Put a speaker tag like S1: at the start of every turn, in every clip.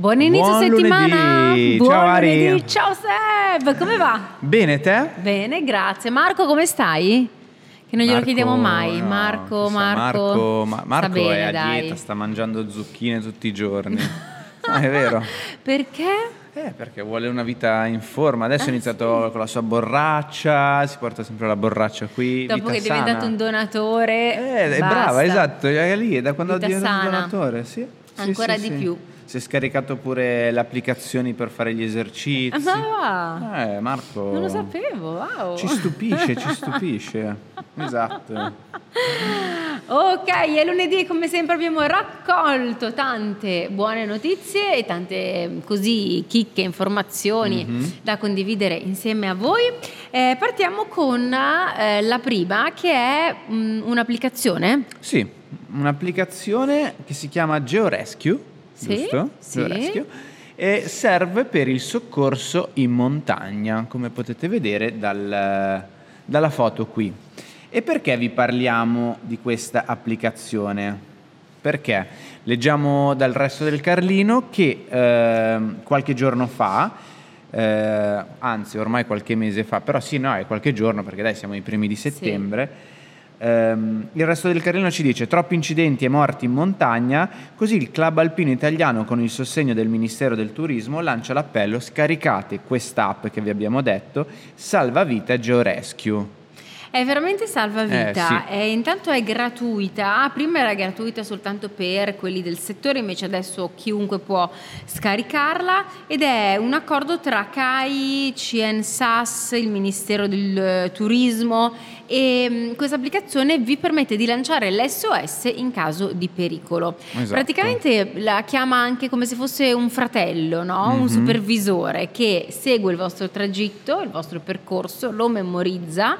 S1: Buon inizio
S2: Buon
S1: settimana.
S2: lunedì.
S1: Buon
S2: Ciao Ari.
S1: lunedì. Ciao Seb, come va?
S2: Bene, te?
S1: Bene, grazie. Marco, come stai? Che non glielo chiediamo mai.
S2: No,
S1: Marco
S2: chissà,
S1: Marco
S2: Marco
S1: bene,
S2: è a
S1: dai.
S2: dieta, sta mangiando zucchine tutti i giorni. È vero.
S1: Perché?
S2: Perché vuole una vita in forma. Adesso ha iniziato con la sua borraccia, si porta sempre la borraccia qui.
S1: Dopo
S2: vita
S1: che è diventato
S2: sana.
S1: un donatore,
S2: È
S1: basta.
S2: brava, esatto, è lì, è da quando
S1: Vita
S2: è diventato un
S1: sana.
S2: donatore, sì.
S1: Ancora di più.
S2: Si è scaricato pure le applicazioni per fare gli esercizi.
S1: Ma va.
S2: Marco.
S1: Non lo sapevo, wow.
S2: Ci stupisce. Esatto.
S1: Ok, è lunedì, come sempre abbiamo raccolto tante buone notizie e tante così chicche, informazioni da condividere insieme a voi. Partiamo con la prima, che è un'applicazione.
S2: Sì, un'applicazione che si chiama GeoRescue,
S1: Sì,
S2: giusto?
S1: sì.
S2: GeoRescue, e serve per il soccorso in montagna, come potete vedere dalla foto qui. E perché vi parliamo di questa applicazione? Perché leggiamo dal Resto del Carlino che qualche giorno fa, anzi ormai qualche mese fa, però sì, no, è qualche giorno perché dai, siamo ai primi di settembre. Il Resto del Carlino ci dice: troppi incidenti e morti in montagna, così il Club Alpino Italiano, con il sostegno del Ministero del Turismo, lancia l'appello: scaricate quest'app che vi abbiamo detto, Salvavita GeoRescue.
S1: È veramente salvavita,
S2: Sì.
S1: Intanto è gratuita, prima era gratuita soltanto per quelli del settore, invece adesso chiunque può scaricarla, ed è un accordo tra CAI, CNSAS, il Ministero del Turismo, e questa applicazione vi permette di lanciare l'SOS in caso di pericolo.
S2: Esatto.
S1: Praticamente la chiama anche come se fosse un fratello, no? Un supervisore che segue il vostro tragitto, il vostro percorso, lo memorizza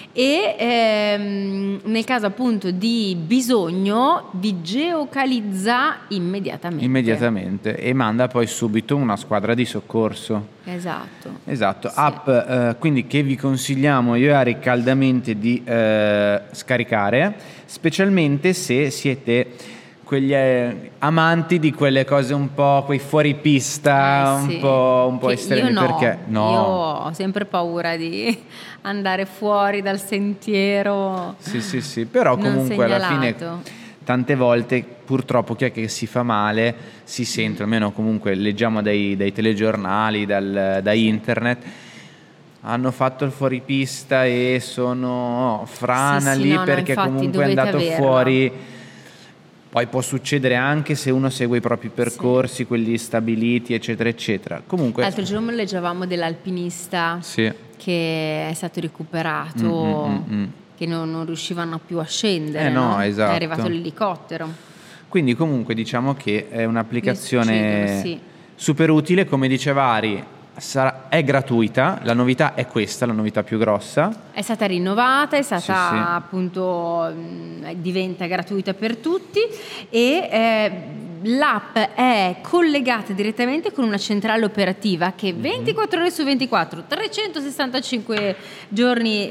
S1: e nel caso appunto di bisogno vi geocalizza immediatamente
S2: E manda poi subito una squadra di soccorso.
S1: Esatto,
S2: Esatto,
S1: sì.
S2: app quindi che vi consigliamo io e Ari caldamente di scaricare, specialmente se siete quegli amanti di quelle cose un po', quei fuoripista,
S1: Sì.
S2: un po'
S1: Che
S2: estremi.
S1: io no,
S2: Perché no?
S1: io ho sempre paura di andare fuori dal sentiero.
S2: Sì, però
S1: non
S2: comunque alla fine
S1: segnalato.
S2: tante volte purtroppo chi è che si fa male si sente, almeno comunque leggiamo dai telegiornali, da internet, hanno fatto il fuoripista e sono frana
S1: Sì,
S2: lì
S1: no,
S2: perché
S1: infatti
S2: comunque è
S1: dovete
S2: andato
S1: averla.
S2: fuori. Poi può succedere anche se uno segue i propri percorsi, quelli stabiliti, eccetera, eccetera. Comunque,
S1: L'altro giorno leggevamo dell'alpinista
S2: sì.
S1: che è stato recuperato, che non riuscivano più a scendere,
S2: no, esatto.
S1: È arrivato l'elicottero.
S2: Quindi comunque diciamo che è un'applicazione
S1: Ne succedono, sì.
S2: super utile, come diceva Ari, è gratuita, la novità è questa, la novità più grossa.
S1: È stata rinnovata, è stata
S2: Sì.
S1: appunto diventa gratuita per tutti e l'app è collegata direttamente con una centrale operativa che 24 ore su 24, 365 giorni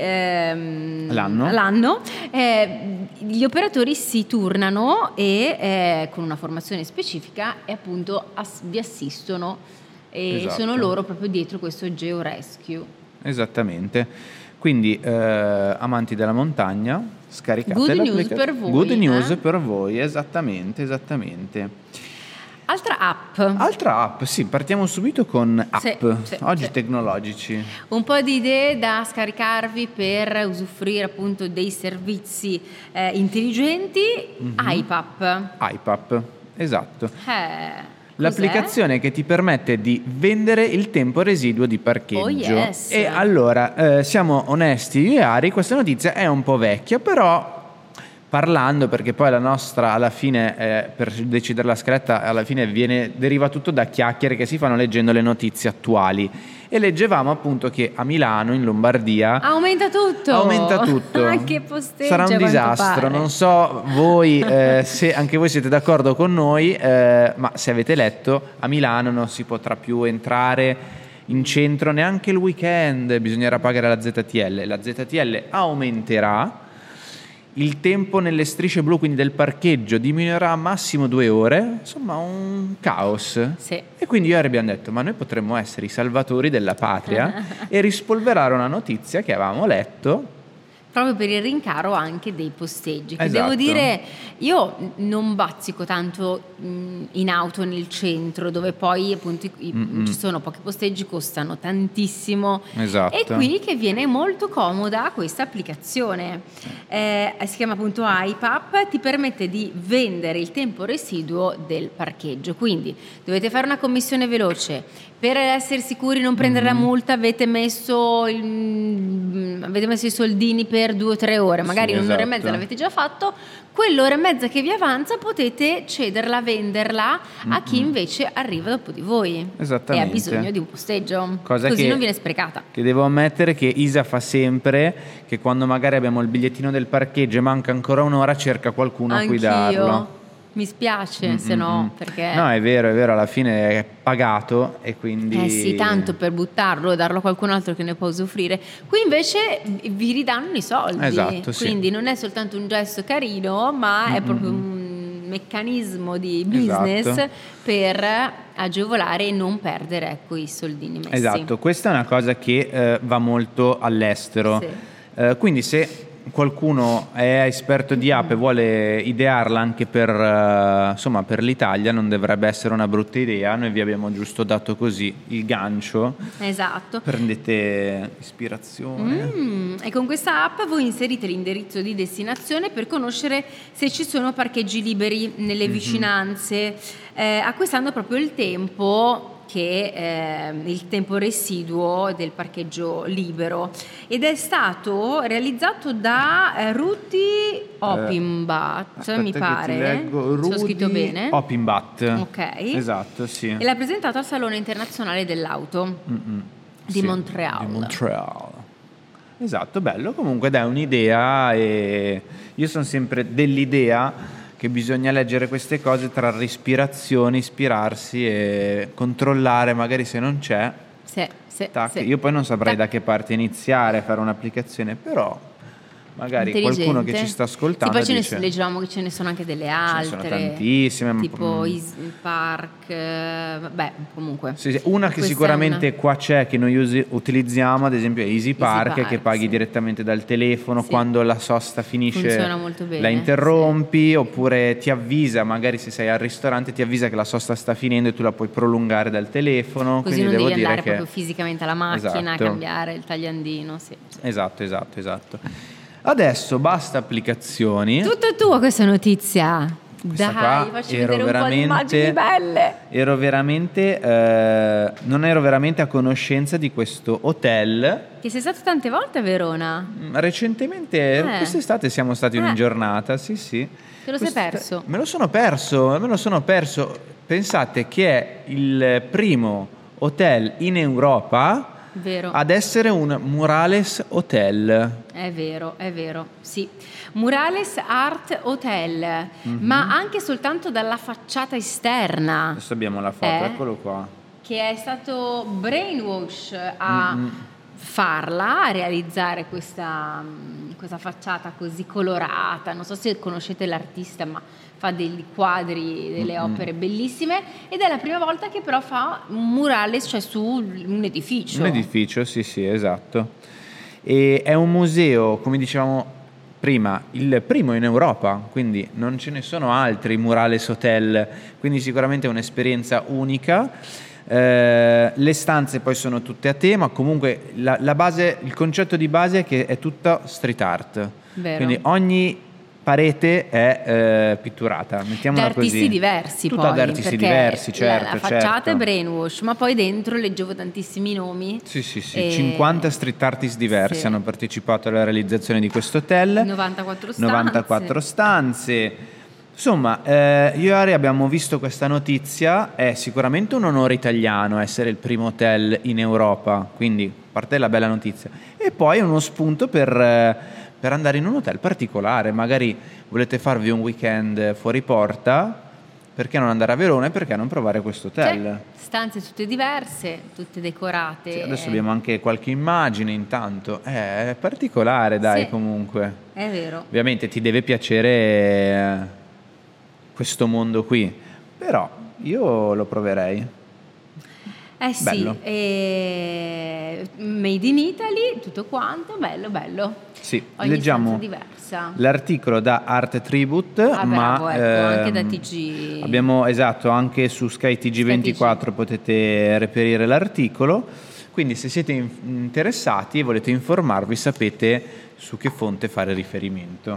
S1: l'anno, gli operatori si turnano e con una formazione specifica e appunto vi assistono e
S2: Esatto.
S1: sono loro proprio dietro questo GeoRescue.
S2: Esattamente. Quindi amanti della montagna, scaricate
S1: Good news
S2: l'applicazione.
S1: per voi,
S2: Good news per voi, esattamente.
S1: Altra app,
S2: sì, partiamo subito con app.
S1: Sì,
S2: Oggi
S1: sì.
S2: tecnologici.
S1: Un po' di idee da scaricarvi per usufruire appunto dei servizi intelligenti.
S2: iPapp, esatto.
S1: Cos'è?
S2: L'applicazione che ti permette di vendere il tempo residuo di parcheggio.
S1: Oh, yes.
S2: E allora, siamo onesti io e Ari, questa notizia è un po' vecchia, però parlando, perché poi la nostra alla fine, per decidere la scaletta, alla fine deriva tutto da chiacchiere che si fanno leggendo le notizie attuali. E leggevamo appunto che a Milano, in Lombardia,
S1: Aumenta tutto. Anche posteggi.
S2: Sarà un disastro. Non so voi se anche voi siete d'accordo con noi, ma se avete letto, a Milano non si potrà più entrare in centro neanche il weekend, bisognerà pagare la ZTL. La ZTL aumenterà il tempo nelle strisce blu, quindi del parcheggio, diminuirà a massimo 2 ore, insomma un caos.
S1: Sì.
S2: E quindi io abbiamo detto, ma noi potremmo essere i salvatori della patria e rispolverare una notizia che avevamo letto.
S1: Proprio per il rincaro anche dei posteggi. Che
S2: Esatto.
S1: devo dire, io non bazzico tanto in auto nel centro, dove poi appunto ci sono pochi posteggi, costano tantissimo.
S2: Esatto.
S1: E qui che viene molto comoda questa applicazione. Si chiama appunto iPap, ti permette di vendere il tempo residuo del parcheggio. Quindi dovete fare una commissione veloce. Per essere sicuri non prendere la multa avete messo i soldini per 2 o 3 ore, magari
S2: Sì,
S1: un'ora e
S2: esatto.
S1: mezza l'avete già fatto, quell'ora e mezza che vi avanza potete cederla, venderla a chi invece arriva dopo di voi e ha
S2: Esattamente.
S1: bisogno di un posteggio,
S2: Cosa
S1: così
S2: che-
S1: non viene sprecata.
S2: Che devo ammettere che Isa fa sempre, che quando magari abbiamo il bigliettino del parcheggio e manca ancora un'ora, cerca qualcuno a cui darlo.
S1: Anch'io, mi spiace se no, perché...
S2: No, è vero, alla fine è pagato e quindi...
S1: sì, tanto per buttarlo e darlo a qualcun altro che ne può usufruire. Qui invece vi ridanno i soldi.
S2: Esatto, sì.
S1: Quindi non è soltanto un gesto carino, ma è proprio un meccanismo di business
S2: Esatto.
S1: per agevolare e non perdere, ecco, i soldini messi.
S2: Esatto, questa è una cosa che va molto all'estero.
S1: Sì.
S2: Quindi se qualcuno è esperto di app e vuole idearla anche per l'Italia, non dovrebbe essere una brutta idea. Noi vi abbiamo giusto dato così il gancio.
S1: Esatto.
S2: Prendete ispirazione.
S1: E con questa app voi inserite l'indirizzo di destinazione per conoscere se ci sono parcheggi liberi nelle vicinanze, acquistando proprio il tempo il tempo residuo del parcheggio libero, ed è stato realizzato da Ruti Opimbat, mi pare.
S2: Ti leggo.
S1: Se ho scritto
S2: Rudy
S1: bene.
S2: Opimbat.
S1: Ok.
S2: Esatto, sì.
S1: E l'ha presentato al Salone Internazionale dell'Auto di
S2: Sì,
S1: Montreal.
S2: di Montreal. Esatto, bello. Comunque dai, un'idea, e io sono sempre dell'idea che bisogna leggere queste cose tra respirazioni, ispirarsi e controllare magari se non c'è.
S1: Sì.
S2: Io poi non saprei
S1: Tac.
S2: da che parte iniziare a fare un'applicazione, però magari qualcuno che ci sta ascoltando
S1: sì, poi
S2: dice...
S1: leggevamo che ce ne sono anche delle
S2: Ce
S1: altre.
S2: ne sono tantissime.
S1: Tipo Easy Park, vabbè, comunque.
S2: Sì, una che
S1: Questa
S2: sicuramente
S1: è una-
S2: qua c'è, che noi utilizziamo, ad esempio è Easy Park,
S1: Park,
S2: che paghi
S1: sì.
S2: direttamente dal telefono.
S1: Sì.
S2: Quando la sosta finisce
S1: Funziona molto bene,
S2: la interrompi, oppure ti avvisa, magari se sei al ristorante ti avvisa che la sosta sta finendo e tu la puoi prolungare dal telefono.
S1: Così
S2: quindi
S1: non
S2: devo
S1: devi
S2: dire
S1: andare
S2: che...
S1: proprio fisicamente alla macchina,
S2: Esatto.
S1: cambiare il tagliandino. Sì.
S2: Esatto. Adesso basta applicazioni.
S1: Tutto tuo questa notizia.
S2: Questa
S1: Dai,
S2: qua
S1: facci
S2: ero
S1: vedere un po' di immagini belle.
S2: Non ero veramente a conoscenza di questo hotel.
S1: Che sei stato tante volte a Verona?
S2: Recentemente, quest'estate siamo stati in giornata, sì.
S1: Te lo sei perso?
S2: Me lo sono perso. Pensate che è il primo hotel in Europa
S1: Vero.
S2: ad essere un Murales Hotel.
S1: È vero, sì. Murales Art Hotel, ma anche soltanto dalla facciata esterna,
S2: Adesso abbiamo la foto, eccolo qua.
S1: che è stato Brainwash a farla, a realizzare questa facciata così colorata. Non so se conoscete l'artista, ma fa dei quadri, delle opere bellissime, ed è la prima volta che però fa un murales, cioè su un edificio.
S2: Un edificio, sì, esatto. E è un museo, come dicevamo prima, il primo in Europa, quindi non ce ne sono altri Murales Hotel, quindi sicuramente è un'esperienza unica. Le stanze poi sono tutte a tema, comunque la base, il concetto di base è che è tutta street art.
S1: Vero.
S2: Quindi ogni parete è pitturata, mettiamola
S1: da artisti
S2: così.
S1: diversi,
S2: Tutta
S1: poi
S2: da artisti
S1: perché
S2: diversi, certo,
S1: la facciata
S2: certo.
S1: è Brainwash, ma poi dentro leggevo tantissimi nomi.
S2: Sì,
S1: E
S2: 50 street artist diversi
S1: sì.
S2: hanno partecipato alla realizzazione di questo hotel.
S1: 94
S2: stanze. Insomma, io e Ari abbiamo visto questa notizia, è sicuramente un onore italiano essere il primo hotel in Europa, quindi a parte la bella notizia, e poi è uno spunto per andare in un hotel particolare. Magari volete farvi un weekend fuori porta perché non andare a Verona e perché non provare questo hotel?
S1: Cioè, stanze tutte diverse, tutte decorate.
S2: Sì, adesso abbiamo anche qualche immagine intanto. È particolare, dai,
S1: Sì,
S2: comunque.
S1: è vero.
S2: Ovviamente ti deve piacere questo mondo qui, però io lo proverei.
S1: Eh sì,
S2: Bello.
S1: Made in Italy, tutto quanto, bello, bello.
S2: Sì,
S1: Ogni
S2: leggiamo
S1: stanza diversa.
S2: l'articolo da Art Tribute,
S1: Ah,
S2: ma
S1: bravo, ecco, anche da TG.
S2: abbiamo, esatto, anche su Sky TG24 potete reperire l'articolo, quindi se siete interessati e volete informarvi sapete su che fonte fare riferimento.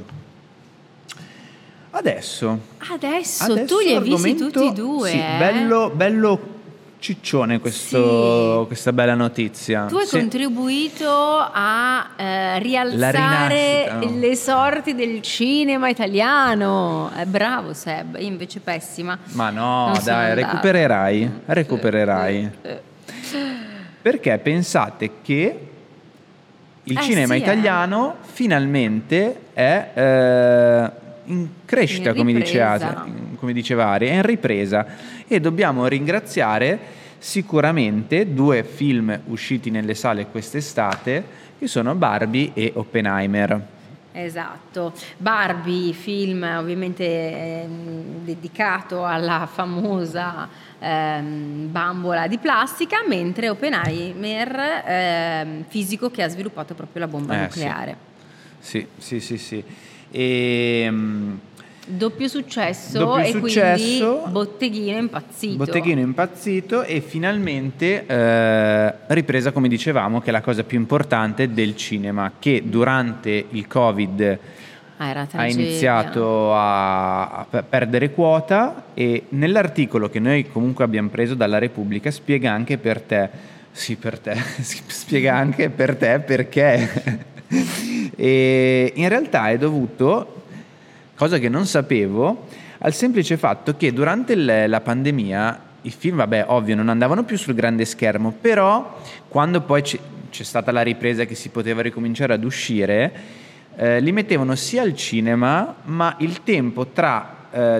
S2: Adesso
S1: Tu li hai visti tutti e due,
S2: sì, bello ciccione questa bella notizia.
S1: Tu hai contribuito a rialzare
S2: rinascita, no?
S1: le sorti del cinema italiano. Bravo Seb, io invece pessima.
S2: Ma no,
S1: Non sono
S2: dai,
S1: andata.
S2: recupererai. Perché pensate che il cinema
S1: sì,
S2: italiano finalmente è in crescita,
S1: In
S2: come
S1: ripresa.
S2: diceva Ari, è in ripresa, e dobbiamo ringraziare sicuramente due film usciti nelle sale quest'estate, che sono Barbie e Oppenheimer.
S1: Esatto, Barbie, film ovviamente dedicato alla famosa bambola di plastica, mentre Oppenheimer, fisico che ha sviluppato proprio la bomba nucleare.
S2: Sì. E,
S1: Doppio successo e quindi botteghino impazzito.
S2: E finalmente ripresa, come dicevamo, che è la cosa più importante del cinema, che durante il Covid ha iniziato a perdere quota, e nell'articolo che noi comunque abbiamo preso dalla Repubblica spiega anche spiega anche per te perché. E in realtà è dovuto, cosa che non sapevo, al semplice fatto che durante la pandemia i film, vabbè, ovvio, non andavano più sul grande schermo, però quando poi c'è stata la ripresa che si poteva ricominciare ad uscire, li mettevano sia al cinema, ma il tempo tra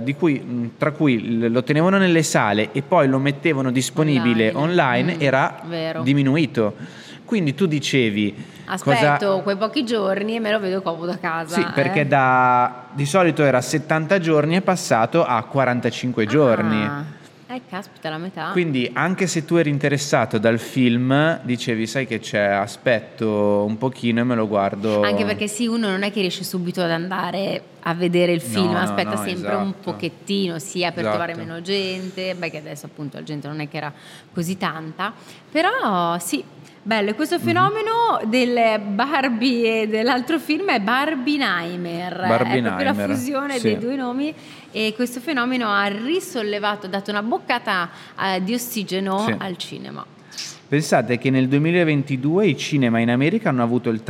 S2: cui lo tenevano nelle sale e poi lo mettevano disponibile online era diminuito. Quindi tu dicevi:
S1: aspetto quei pochi giorni e me lo vedo comodo a casa.
S2: Sì, perché di solito era 70 giorni, è passato a 45 giorni.
S1: Caspita, la metà.
S2: Quindi anche se tu eri interessato dal film, dicevi: sai che c'è, aspetto un pochino e me lo guardo.
S1: Anche perché sì, uno non è che riesce subito ad andare a vedere il film, aspetta sempre un pochettino, sia per trovare meno gente, che adesso appunto la gente non è che era così tanta, però sì. Bello, e questo fenomeno del Barbie e dell'altro film è Barbenheimer, è proprio la fusione dei due nomi, e questo fenomeno ha risollevato, ha dato una boccata di ossigeno al cinema.
S2: Pensate che nel 2022 i cinema in America hanno avuto il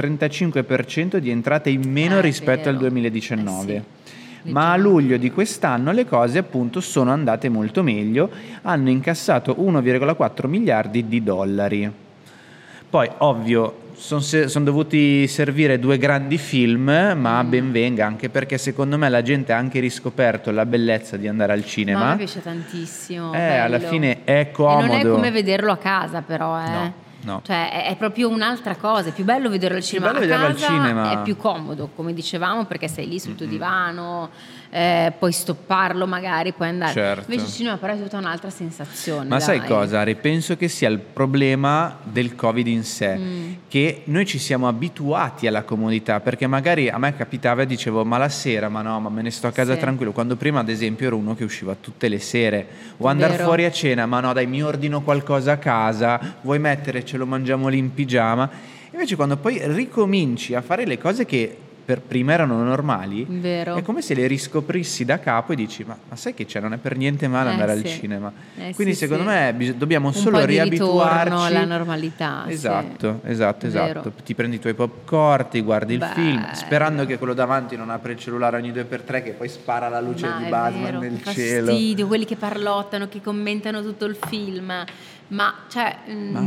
S2: 35% di entrate in meno rispetto al 2019. Ma a luglio di quest'anno le cose appunto sono andate molto meglio, hanno incassato 1,4 miliardi di dollari. Poi, ovvio, sono dovuti servire due grandi film, ma ben venga, anche perché secondo me la gente ha anche riscoperto la bellezza di andare al cinema.
S1: Ma a me piace tantissimo.
S2: Alla fine è comodo.
S1: E non è come vederlo a casa, però.
S2: No.
S1: Cioè è proprio un'altra cosa, è più bello vederlo al cinema. A casa è più comodo, come dicevamo, perché sei lì sul tuo divano, puoi stopparlo magari, puoi andare.
S2: Certo.
S1: Invece il cinema però è tutta un'altra sensazione.
S2: Ma sai cosa? Penso che sia il problema del Covid in sé, che noi ci siamo abituati alla comodità, perché magari a me capitava e dicevo: ma la sera, ma no, ma me ne sto a casa tranquillo, quando prima ad esempio ero uno che usciva tutte le sere, o andare fuori a cena, ma no dai, mi ordino qualcosa a casa, vuoi mettere, ce lo mangiamo lì in pigiama. Invece quando poi ricominci a fare le cose che per prima erano normali, è come se le riscoprissi da capo e dici: ma sai che c'è, non è per niente male andare al cinema. Quindi secondo me dobbiamo solo riabituarci
S1: alla normalità.
S2: Esatto. Ti prendi i tuoi popcorn, ti guardi il film, sperando che quello davanti non apre il cellulare ogni 2x3 che poi spara la luce di Batman nel cielo.
S1: Fastidio, quelli che parlottano, che commentano tutto il film. Ma cioè,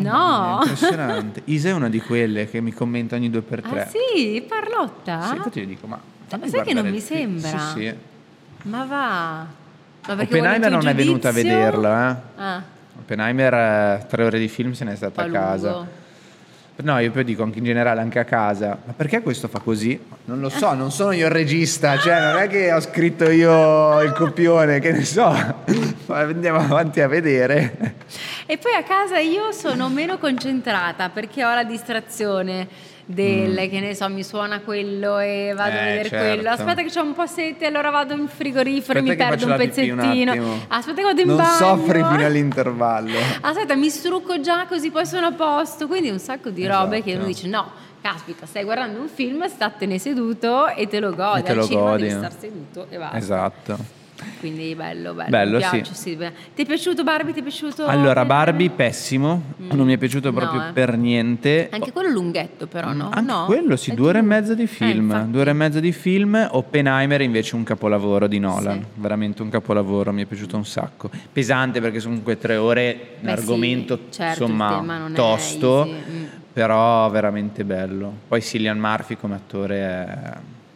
S2: no, è impressionante. Isa è una di quelle che mi commenta ogni 2x3.
S1: Ah sì? Parlotta?
S2: Sì, infatti io dico: ma
S1: sai che non mi sembra?
S2: Sì.
S1: Ma va. Ma perché
S2: Oppenheimer non è venuta a
S1: giudizio?
S2: vederlo, eh.
S1: Ah,
S2: Oppenheimer 3 ore di film se n'è stata
S1: fa
S2: a casa.
S1: lungo.
S2: No, io poi dico anche in generale, anche a casa, ma perché questo fa così? Non lo so, non sono io il regista, cioè non è che ho scritto io il copione, che ne so, ma andiamo avanti a vedere.
S1: E poi a casa io sono meno concentrata perché ho la distrazione del, che ne so, mi suona quello e vado a vedere
S2: certo.
S1: quello. Aspetta che c'ho un po' sete, allora vado in frigorifero e mi
S2: Aspetta che
S1: perdo un
S2: faccio la pipì un
S1: pezzettino.
S2: attimo.
S1: Aspetta che vado in
S2: Non
S1: bagno.
S2: soffri fino all'intervallo.
S1: Aspetta, mi strucco già così poi sono a posto. Quindi un sacco di robe che
S2: Esatto.
S1: uno dice no, caspita, stai guardando un film, statene seduto e te lo godi.
S2: E te lo
S1: Al cinema
S2: godi.
S1: devi star seduto e basta.
S2: Esatto.
S1: Quindi bello,
S2: Bello,
S1: mi piace,
S2: sì.
S1: sì. Ti è piaciuto Barbie? Ti è piaciuto?
S2: Allora, Barbie pessimo, non mi è piaciuto
S1: No,
S2: proprio per niente.
S1: Anche quello lunghetto però, no?
S2: Anche
S1: No?
S2: quello sì,
S1: È
S2: 2 ore e
S1: tu.
S2: mezza di film,
S1: Infatti.
S2: 2 ore e mezza di film. Oppenheimer invece un capolavoro di Nolan,
S1: Sì.
S2: veramente un capolavoro, mi è piaciuto un sacco. Pesante perché sono comunque 3 ore, un
S1: Beh,
S2: argomento
S1: sì, certo, il
S2: insomma
S1: tema non è
S2: tosto,
S1: easy.
S2: però veramente bello. Poi Cillian Murphy come attore è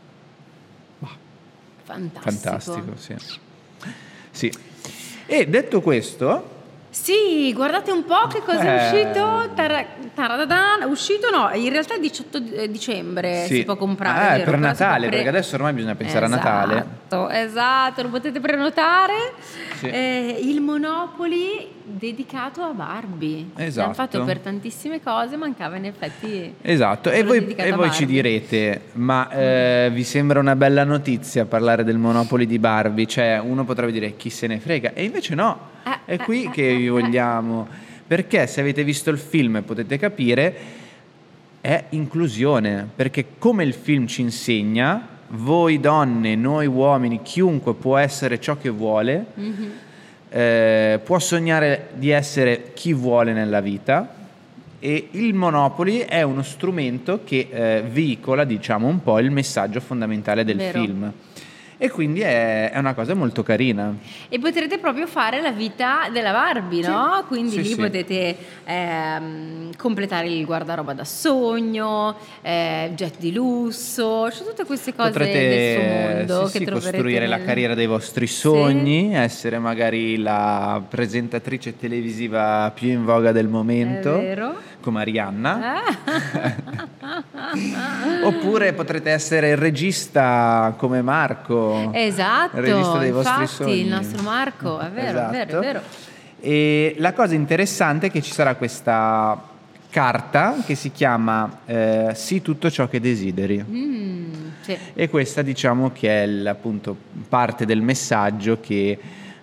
S2: fantastico, sì. Sì. E detto questo,
S1: Sì, guardate un po' che cosa è uscito. Taradadan, è uscito no, in realtà il 18 dicembre
S2: sì.
S1: si può comprare. Vero?
S2: Per
S1: Però si può
S2: Natale, perché adesso ormai bisogna pensare a Natale.
S1: Esatto, lo potete prenotare.
S2: Sì.
S1: Il Monopoly dedicato a Barbie.
S2: Esatto.
S1: L'hanno fatto per tantissime cose, mancava in effetti.
S2: Esatto, e
S1: quello
S2: voi,
S1: dedicato a
S2: ci
S1: Barbie.
S2: direte, ma vi sembra una bella notizia parlare del Monopoli di Barbie? Cioè, uno potrebbe dire chi se ne frega, e invece no, è qui che vi vogliamo, perché se avete visto il film potete capire, è inclusione, perché come il film ci insegna, voi donne, noi uomini, chiunque può essere ciò che vuole, può sognare di essere chi vuole nella vita, e il Monopoly è uno strumento che veicola, diciamo, un po' il messaggio fondamentale del
S1: Vero.
S2: film, e quindi è una cosa molto carina.
S1: E potrete proprio fare la vita della Barbie, no? Quindi
S2: Sì,
S1: lì
S2: sì.
S1: potete completare il guardaroba da sogno, jet di lusso, cioè tutte queste cose del suo mondo
S2: sì,
S1: che troverete
S2: costruire la
S1: nel-
S2: carriera dei vostri sogni, essere magari la presentatrice televisiva più in voga del momento,
S1: È vero?
S2: come Arianna.
S1: Ah.
S2: Oppure potrete essere il regista come Marco.
S1: Esatto,
S2: Il regista dei vostri
S1: infatti
S2: sogni.
S1: il nostro Marco, è vero, è vero,
S2: Esatto.
S1: è vero.
S2: E la cosa interessante è che ci sarà questa carta che si chiama Sii tutto ciò che desideri.
S1: Sì.
S2: E questa diciamo che è appunto parte del messaggio che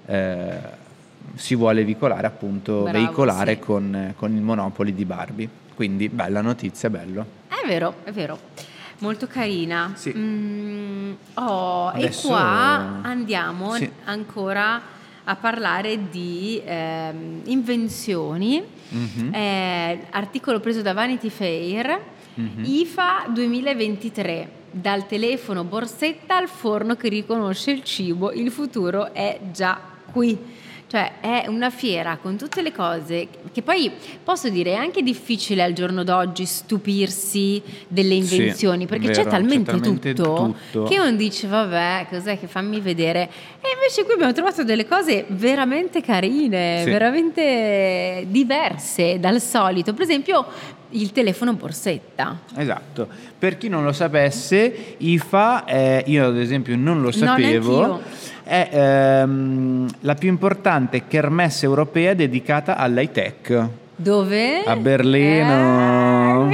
S2: si vuole veicolare, appunto,
S1: Bravo,
S2: veicolare
S1: sì.
S2: con il Monopoly di Barbie. Quindi bella notizia, bello.
S1: È vero, molto carina.
S2: Sì.
S1: E
S2: Adesso-
S1: qua andiamo
S2: Sì.
S1: ancora a parlare di invenzioni.
S2: Mhm.
S1: Articolo preso da Vanity Fair, IFA 2023. Dal telefono borsetta al forno che riconosce il cibo, il futuro è già qui. Cioè è una fiera con tutte le cose che poi posso dire è anche difficile al giorno d'oggi stupirsi delle invenzioni, perché
S2: vero,
S1: c'è talmente
S2: talmente
S1: tutto
S2: tutto.
S1: che uno dice vabbè, cos'è che fammi vedere, e invece qui abbiamo trovato delle cose veramente carine,
S2: Sì.
S1: veramente diverse dal solito. Per esempio il telefono borsetta.
S2: Esatto, per chi non lo sapesse, IFA, io ad esempio non lo sapevo,
S1: neanch'io.
S2: è la più importante kermesse europea dedicata all'high tech.
S1: Dove?
S2: A Berlino.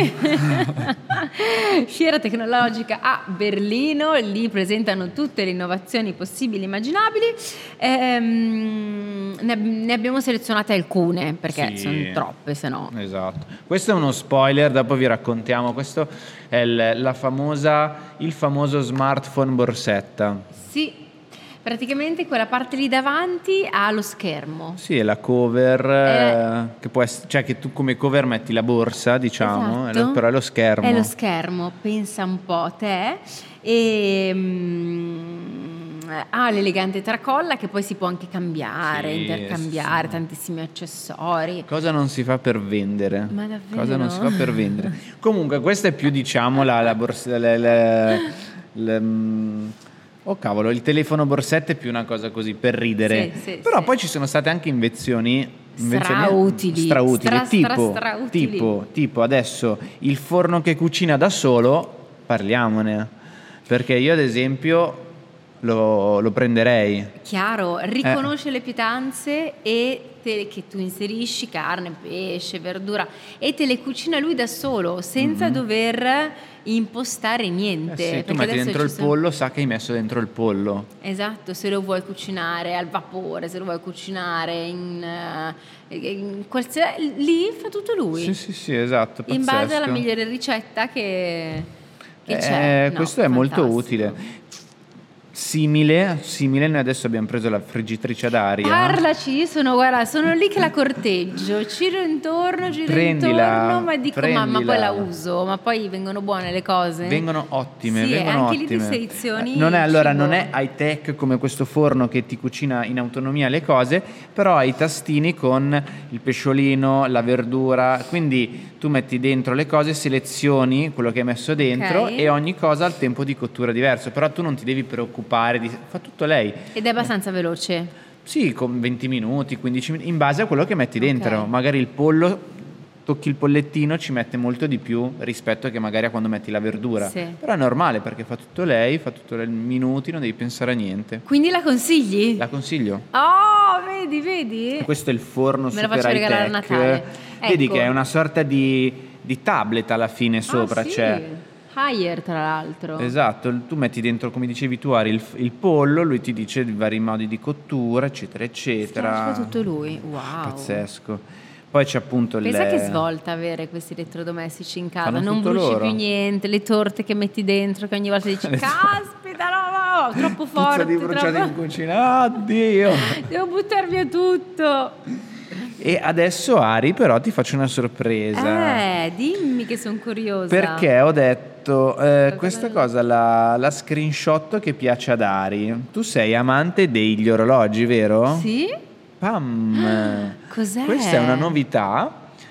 S1: Fiera tecnologica a Berlino, lì presentano tutte le innovazioni possibili e immaginabili. Ne abbiamo selezionate alcune perché
S2: Sì.
S1: sono troppe, se no.
S2: Esatto. Questo è uno spoiler, dopo vi raccontiamo. Questo è il famoso smartphone borsetta.
S1: Sì, praticamente quella parte lì davanti ha lo schermo.
S2: Sì, è la cover che può essere, cioè che tu come cover metti la borsa, diciamo,
S1: Esatto.
S2: però è lo schermo.
S1: È lo schermo, pensa un po' a te. E ha l'elegante tracolla che poi si può anche cambiare,
S2: Sì,
S1: intercambiare,
S2: sì.
S1: tantissimi accessori.
S2: Cosa non si fa per vendere?
S1: Ma davvero?
S2: Cosa non si fa per vendere? Comunque questa è più, diciamo, la borsa, oh cavolo, il telefono borsetta è più una cosa così per ridere. Però poi ci sono state anche invenzioni
S1: strautili,
S2: tipo adesso il forno che cucina da solo, parliamone, perché io ad esempio lo prenderei.
S1: Chiaro, riconosce le pietanze che tu inserisci, carne, pesce, verdura, e te le cucina lui da solo, senza dover impostare niente.
S2: Sì, tu metti dentro il pollo, sa che hai messo dentro il pollo.
S1: Esatto, se lo vuoi cucinare al vapore, se lo vuoi cucinare lì fa tutto lui.
S2: Sì, esatto, pazzesco.
S1: In base alla migliore ricetta che c'è.
S2: Questo è molto utile. Simile, noi adesso abbiamo preso la friggitrice ad aria.
S1: Parlaci, io sono lì che la corteggio, giro intorno, ma dico ma poi la uso, ma poi vengono buone le cose?
S2: Vengono ottime,
S1: sì,
S2: vengono
S1: anche
S2: ottime.
S1: Lì ti selezioni
S2: non è high tech come questo forno che ti cucina in autonomia le cose, però hai i tastini con il pesciolino, la verdura, quindi tu metti dentro le cose, selezioni quello che hai messo dentro e ogni cosa ha il tempo di cottura diverso, però tu non ti devi preoccupare, fa tutto lei.
S1: Ed è abbastanza veloce?
S2: Sì, con 20 minuti, 15 minuti, in base a quello che metti dentro. Magari il pollo, tocchi il pollettino, ci mette molto di più rispetto a che magari a quando metti la verdura.
S1: Sì.
S2: Però è normale perché fa tutto lei minuti, non devi pensare a niente.
S1: Quindi la consigli?
S2: La consiglio.
S1: Oh, vedi?
S2: Questo è il forno super high tech.
S1: Me lo faccio regalare a Natale.
S2: Vedi che è una sorta di tablet alla fine sopra,
S1: sì.
S2: c'è.
S1: Higher, tra l'altro.
S2: Esatto, tu metti dentro, come dicevi tu Ari, il pollo, lui ti dice i vari modi di cottura, eccetera.
S1: Fa tutto lui, wow.
S2: Pazzesco. Poi c'è appunto
S1: Pensa che svolta avere questi elettrodomestici in casa.
S2: Fanno
S1: non bruci
S2: loro.
S1: più niente, le torte che metti dentro, che ogni volta dici caspita, no, troppo forte.
S2: Puzza di bruciato in cucina, oddio.
S1: Devo buttar via tutto.
S2: E adesso Ari però ti faccio una sorpresa.
S1: Dimmi che sono curiosa.
S2: Perché ho detto questa cosa la screenshot che piace ad Ari. Tu sei amante degli orologi, vero?
S1: Sì.
S2: Pam.
S1: Cos'è?
S2: Questa è una novità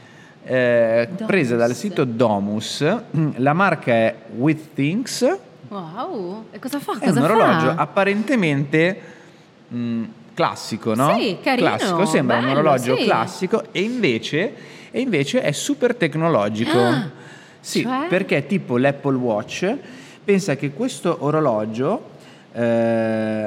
S2: presa dal sito Domus. La marca è Withings.
S1: Wow. E cosa fa?
S2: È un orologio apparentemente classico, no?
S1: Sì, carino.
S2: Classico, sembra
S1: bello,
S2: un orologio
S1: sì.
S2: classico e invece è super tecnologico. Sì,
S1: cioè?
S2: Perché è tipo l'Apple Watch. Pensa che questo orologio è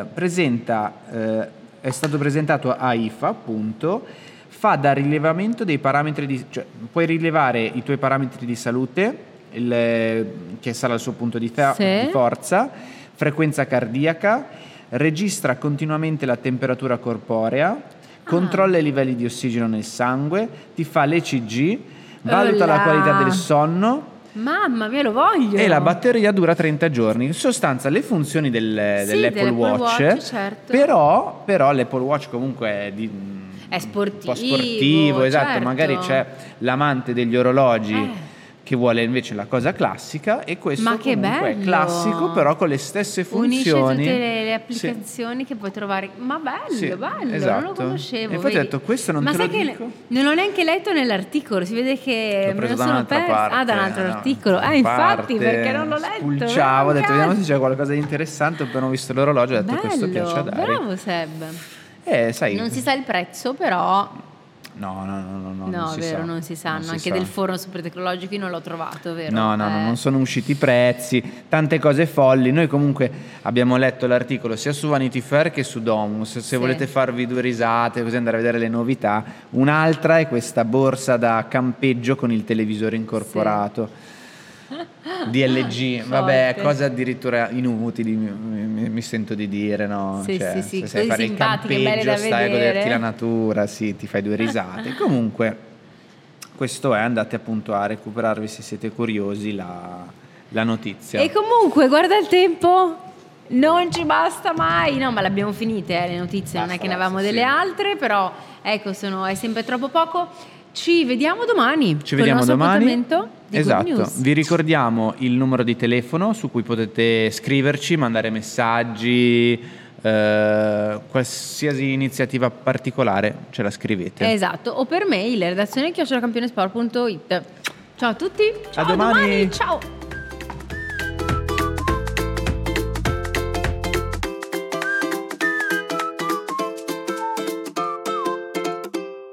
S2: stato presentato a IFA, appunto, fa da rilevamento dei parametri cioè puoi rilevare i tuoi parametri di salute, che sarà il suo punto di forza, frequenza cardiaca, registra continuamente la temperatura corporea, controlla i livelli di ossigeno nel sangue, ti fa l'ECG, valuta la qualità del sonno.
S1: Mamma mia, lo voglio!
S2: E la batteria dura 30 giorni. In sostanza le funzioni dell'Apple Watch,
S1: certo.
S2: però l'Apple Watch comunque
S1: è sportivo,
S2: un po' sportivo, esatto,
S1: certo.
S2: Magari c'è l'amante degli orologi che vuole invece la cosa classica, e questo comunque è classico però con le stesse funzioni.
S1: Unisce tutte le applicazioni che puoi trovare. Ma bello,
S2: esatto.
S1: Non lo conoscevo.
S2: E infatti ho detto questo non te lo dico.
S1: Ma sai che non l'ho neanche letto nell'articolo, si vede che
S2: l'ho preso
S1: me lo
S2: da
S1: sono
S2: un'altra
S1: perso.
S2: parte,
S1: Da un altro articolo. Infatti, perché non l'ho letto.
S2: Spulciavo, ho detto vediamo se c'è qualcosa di interessante, ho appena visto l'orologio e ho detto questo piace a Dari.
S1: Bravo Seb.
S2: Sai.
S1: Non si sa il prezzo, però.
S2: No,
S1: No, vero, non si sanno. Anche del forno super tecnologico io non l'ho trovato, vero?
S2: No, non sono usciti i prezzi, tante cose folli. Noi comunque abbiamo letto l'articolo sia su Vanity Fair che su Domus. Se volete farvi due risate, così andare a vedere le novità. Un'altra è questa borsa da campeggio con il televisore incorporato. DLG, vabbè, cose addirittura inutili, mi sento di dire, no?
S1: Sì,
S2: se sai fare il campeggio, stai a goderti la natura, ti fai due risate. Comunque, questo è, andate appunto a recuperarvi se siete curiosi la notizia.
S1: E comunque, guarda il tempo, non ci basta mai. No, ma le abbiamo finite le notizie, non è che ne avevamo delle altre, però ecco, è sempre troppo poco. Ci vediamo domani.
S2: Ci vediamo domani.
S1: Di
S2: esatto. Vi ricordiamo il numero di telefono su cui potete scriverci, mandare messaggi, qualsiasi iniziativa particolare ce la scrivete.
S1: Esatto. O per mail, redazione@campionesport.it. Ciao a tutti. Ciao,
S2: a domani.
S1: Ciao.